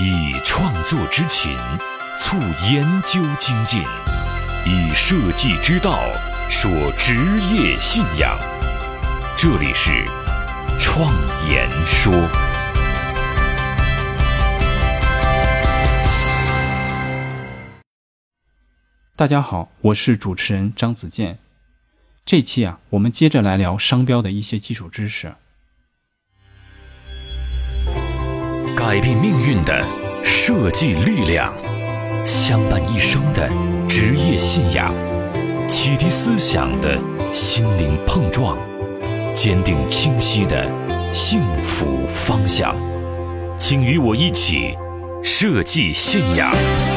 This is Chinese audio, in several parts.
以创作之情促研究精进，以设计之道说职业信仰。这里是创研说。 大家好，我是主持人张子健。这期我们接着来聊商标的一些基础知识。 改变命运的设计力量，相伴一生的职业信仰，启迪思想的心灵碰撞，坚定清晰的幸福方向。请与我一起设计信仰。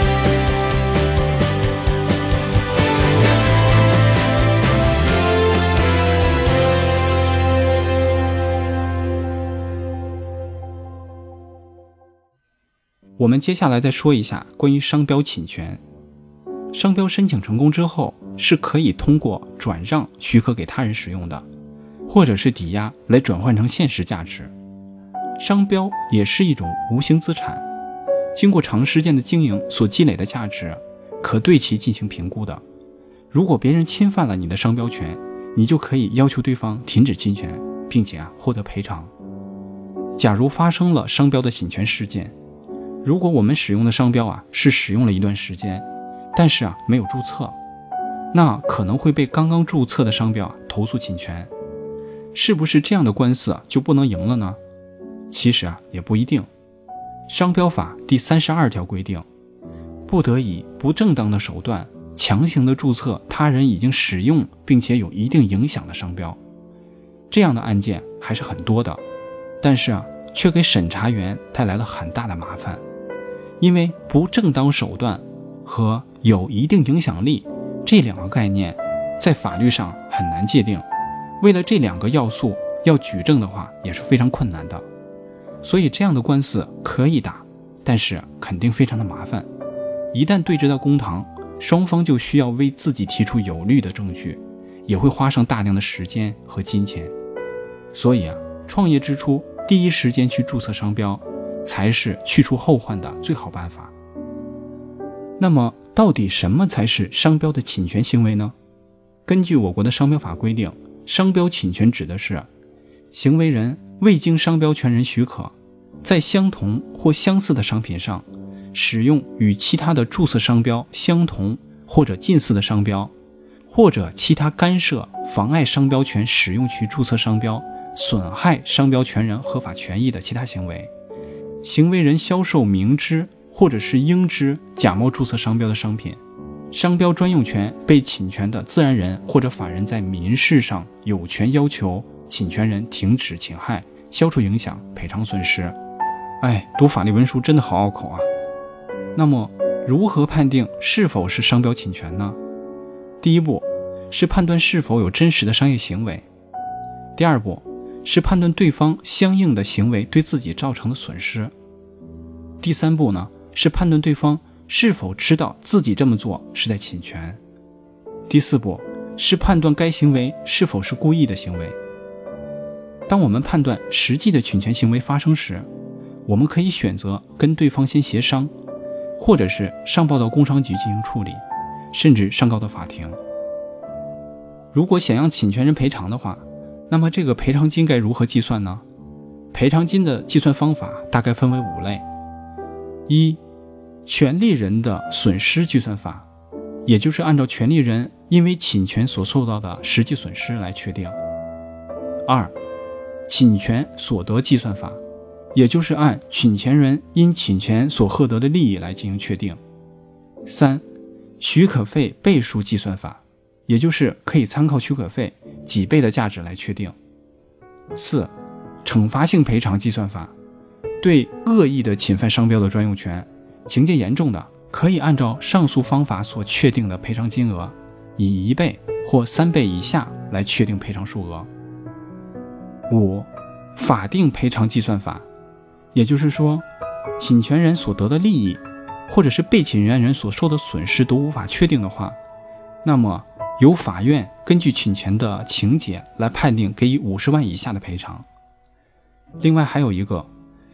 我们接下来再说一下关于商标侵权。商标申请成功之后，是可以通过转让许可给他人使用的，或者是抵押来转换成现实价值。商标也是一种无形资产，经过长时间的经营所积累的价值，可对其进行评估的。如果别人侵犯了你的商标权，你就可以要求对方停止侵权，并且获得赔偿。假如发生了商标的侵权事件，如果我们使用的商标是使用了一段时间，但是没有注册，那可能会被刚刚注册的商标投诉侵权。是不是这样的官司就不能赢了呢？其实也不一定。商标法第32条规定，不得以不正当的手段强行的注册他人已经使用并且有一定影响的商标。这样的案件还是很多的，但是却给审查员带来了很大的麻烦。因为不正当手段和有一定影响力这两个概念在法律上很难界定，为了这两个要素要举证的话也是非常困难的。所以这样的官司可以打，但是肯定非常的麻烦。一旦对峙到公堂，双方就需要为自己提出有力的证据，也会花上大量的时间和金钱。所以创业之初第一时间去注册商标才是去除后患的最好办法。那么到底什么才是商标的侵权行为呢？根据我国的商标法规定，商标侵权指的是行为人未经商标权人许可，在相同或相似的商品上使用与其他的注册商标相同或者近似的商标，或者其他干涉妨碍商标权使用其注册商标，损害商标权人合法权益的其他行为。行为人销售明知或者是应知假冒注册商标的商品，商标专用权被侵权的自然人或者法人在民事上有权要求侵权人停止侵害，消除影响，赔偿损失。读法律文书真的好拗口啊。那么如何判定是否是商标侵权呢？第一步是判断是否有真实的商业行为，第二步是判断对方相应的行为对自己造成的损失，第三步呢是判断对方是否知道自己这么做是在侵权，第四步是判断该行为是否是故意的行为。当我们判断实际的侵权行为发生时，我们可以选择跟对方先协商，或者是上报到工商局进行处理，甚至上告到法庭。如果想让侵权人赔偿的话，那么这个赔偿金该如何计算呢？赔偿金的计算方法大概分为5类。一、权利人的损失计算法，也就是按照权利人因为侵权所受到的实际损失来确定。2、侵权所得计算法，也就是按侵权人因侵权所获得的利益来进行确定。3、许可费倍数计算法，也就是可以参考许可费几倍的价值来确定。4、惩罚性赔偿计算法，对恶意的侵犯商标的专用权，情节严重的，可以按照上述方法所确定的赔偿金额，以1倍或3倍以下来确定赔偿数额。5、法定赔偿计算法，也就是说，侵权人所得的利益，或者是被侵权人所受的损失都无法确定的话，那么由法院根据侵权的情节来判定给予50万以下的赔偿。另外还有一个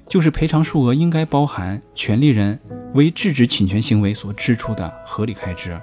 就是赔偿数额应该包含权利人为制止侵权行为所支出的合理开支。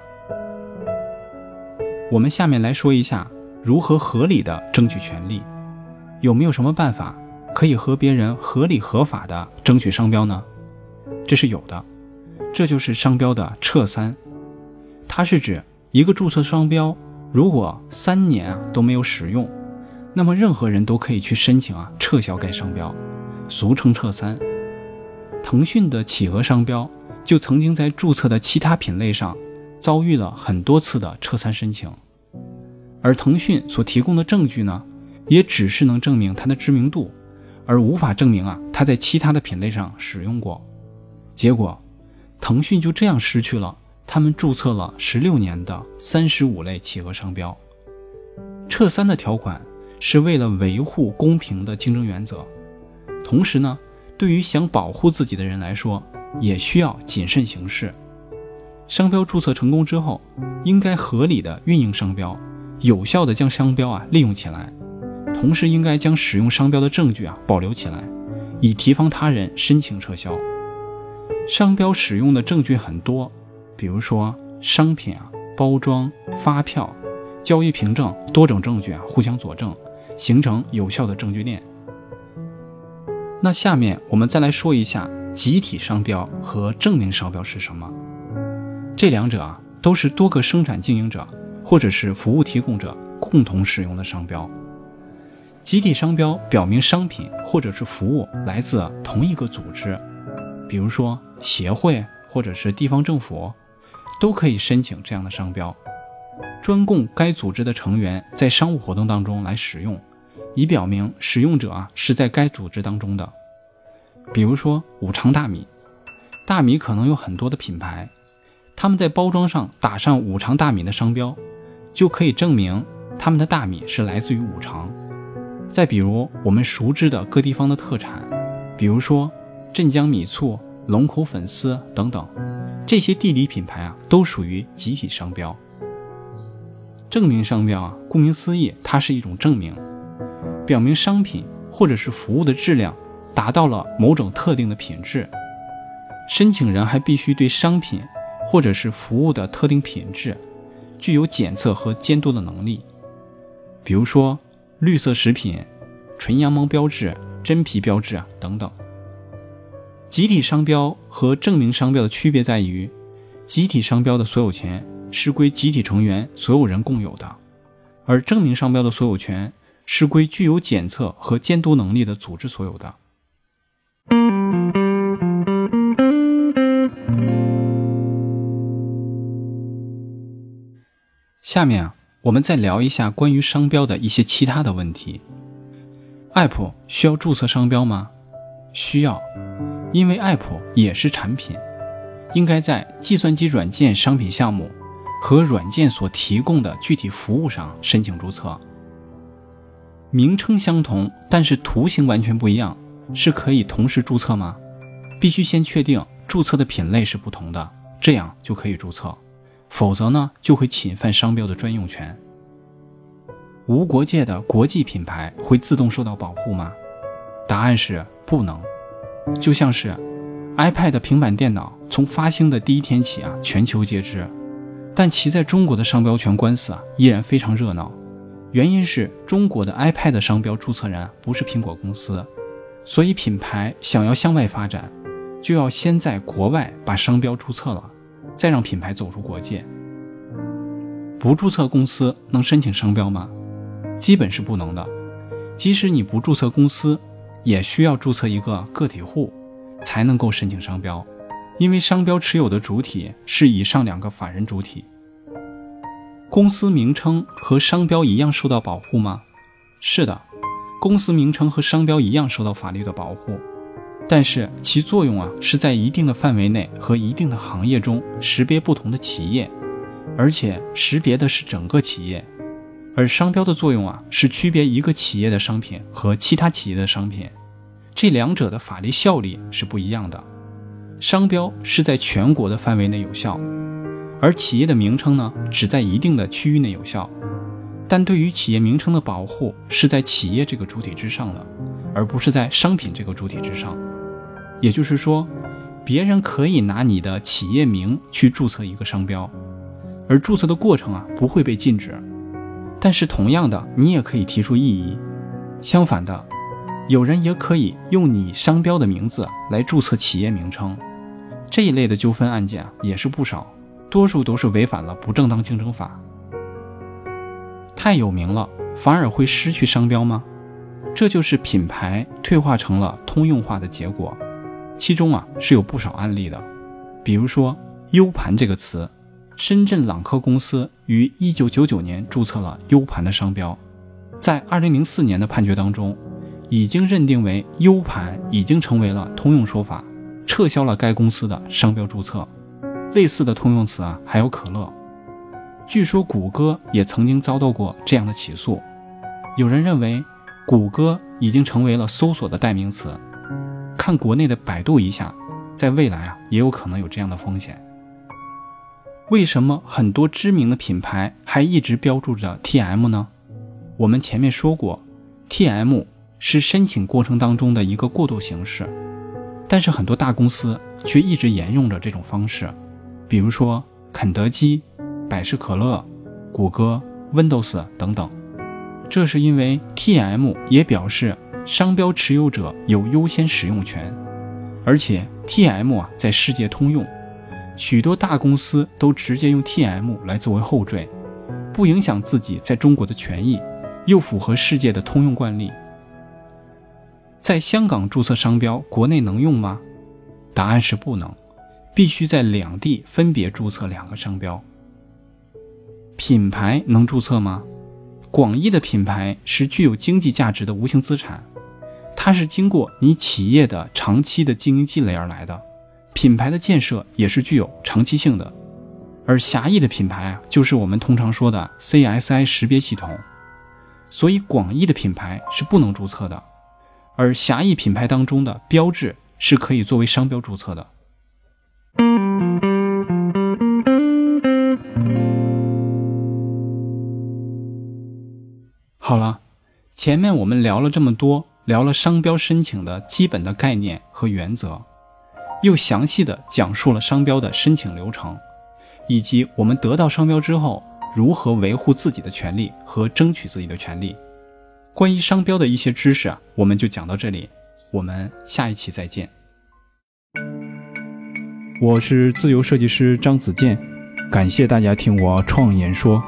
我们下面来说一下如何合理的争取权利。有没有什么办法可以和别人合理合法的争取商标呢？这是有的，这就是商标的撤三。它是指一个注册商标如果3年都没有使用，那么任何人都可以去申请撤销该商标，俗称撤三。腾讯的企鹅商标就曾经在注册的其他品类上遭遇了很多次的撤三申请，而腾讯所提供的证据呢，也只是能证明它的知名度，而无法证明它在其他的品类上使用过。结果腾讯就这样失去了他们注册了16年的35类企鹅商标。撤三的条款是为了维护公平的竞争原则，同时呢，对于想保护自己的人来说，也需要谨慎行事。商标注册成功之后，应该合理的运营商标，有效的将商标利用起来，同时应该将使用商标的证据保留起来，以提防他人申请撤销。商标使用的证据很多，比如说商品包装、发票、交易凭证多种证据互相佐证，形成有效的证据链。那下面我们再来说一下集体商标和证明商标是什么。这两者都是多个生产经营者或者是服务提供者共同使用的商标。集体商标表明商品或者是服务来自同一个组织，比如说协会或者是地方政府，都可以申请这样的商标，专供该组织的成员在商务活动当中来使用，以表明使用者是在该组织当中的。比如说五常大米，大米可能有很多的品牌，他们在包装上打上五常大米的商标，就可以证明他们的大米是来自于五常。再比如我们熟知的各地方的特产，比如说镇江米醋、龙口粉丝等等，这些地理品牌都属于集体商标。证明商标顾名思义，它是一种证明，表明商品或者是服务的质量达到了某种特定的品质。申请人还必须对商品或者是服务的特定品质具有检测和监督的能力，比如说绿色食品、纯羊毛标志、真皮标志等等。集体商标和证明商标的区别在于，集体商标的所有权是归集体成员所有人共有的，而证明商标的所有权是归具有检测和监督能力的组织所有的。下面我们再聊一下关于商标的一些其他的问题。App 需要注册商标吗？需要，因为 App 也是产品，应该在计算机软件商品项目和软件所提供的具体服务上申请注册。名称相同，但是图形完全不一样，是可以同时注册吗？必须先确定注册的品类是不同的，这样就可以注册，否则呢，就会侵犯商标的专用权。无国界的国际品牌会自动受到保护吗？答案是不能。就像是 iPad 平板电脑从发行的第一天起全球皆知，但其在中国的商标权官司依然非常热闹。原因是中国的 iPad 商标注册人不是苹果公司，所以品牌想要向外发展，就要先在国外把商标注册了，再让品牌走出国界。不注册公司能申请商标吗？基本是不能的。即使你不注册公司，也需要注册一个个体户才能够申请商标，因为商标持有的主体是以上两个法人主体。公司名称和商标一样受到保护吗？是的，公司名称和商标一样受到法律的保护，但是其作用是在一定的范围内和一定的行业中识别不同的企业，而且识别的是整个企业。而商标的作用是区别一个企业的商品和其他企业的商品，这两者的法律效力是不一样的。商标是在全国的范围内有效，而企业的名称呢，只在一定的区域内有效。但对于企业名称的保护是在企业这个主体之上的，而不是在商品这个主体之上。 也就是说，别人可以拿你的企业名去注册一个商标，而注册的过程不会被禁止。但是同样的，你也可以提出异议。相反的，有人也可以用你商标的名字来注册企业名称。这一类的纠纷案件也是不少，多数都是违反了不正当竞争法。太有名了，反而会失去商标吗？这就是品牌退化成了通用化的结果。其中是有不少案例的。比如说 U 盘这个词，深圳朗科公司于1999年注册了 U 盘的商标，在2004年的判决当中，已经认定为 U 盘已经成为了通用说法，撤销了该公司的商标注册。类似的通用词还有可乐。据说谷歌也曾经遭到过这样的起诉，有人认为谷歌已经成为了搜索的代名词。看国内的百度一下，在未来也有可能有这样的风险。为什么很多知名的品牌还一直标注着 TM 呢？我们前面说过， TM 是申请过程当中的一个过渡形式，但是很多大公司却一直沿用着这种方式。比如说肯德基、百事可乐、谷歌、Windows 等等。这是因为 TM 也表示商标持有者有优先使用权，而且 TM 在世界通用，许多大公司都直接用 TM 来作为后缀，不影响自己在中国的权益，又符合世界的通用惯例。在香港注册商标，国内能用吗？答案是不能，必须在两地分别注册2个商标。品牌能注册吗？广义的品牌是具有经济价值的无形资产，它是经过你企业的长期的经营积累而来的，品牌的建设也是具有长期性的。而狭义的品牌就是我们通常说的 CSI 识别系统，所以广义的品牌是不能注册的，而狭义品牌当中的标志是可以作为商标注册的。好了，前面我们聊了这么多，聊了商标申请的基本的概念和原则，又详细的讲述了商标的申请流程，以及我们得到商标之后如何维护自己的权利和争取自己的权利。关于商标的一些知识我们就讲到这里，我们下一期再见。我是自由设计师张子健，感谢大家听我创言说。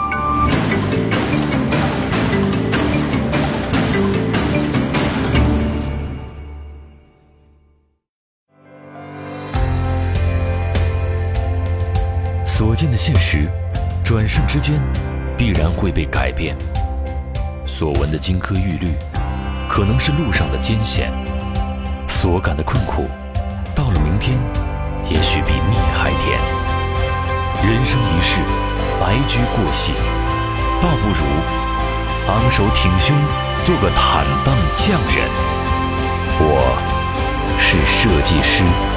所见的现实，转瞬之间必然会被改变；所闻的金科玉律，可能是路上的艰险；所感的困苦，到了明天，也许比蜜还甜。人生一世，白驹过隙，倒不如昂首挺胸，做个坦荡匠人。我是设计师。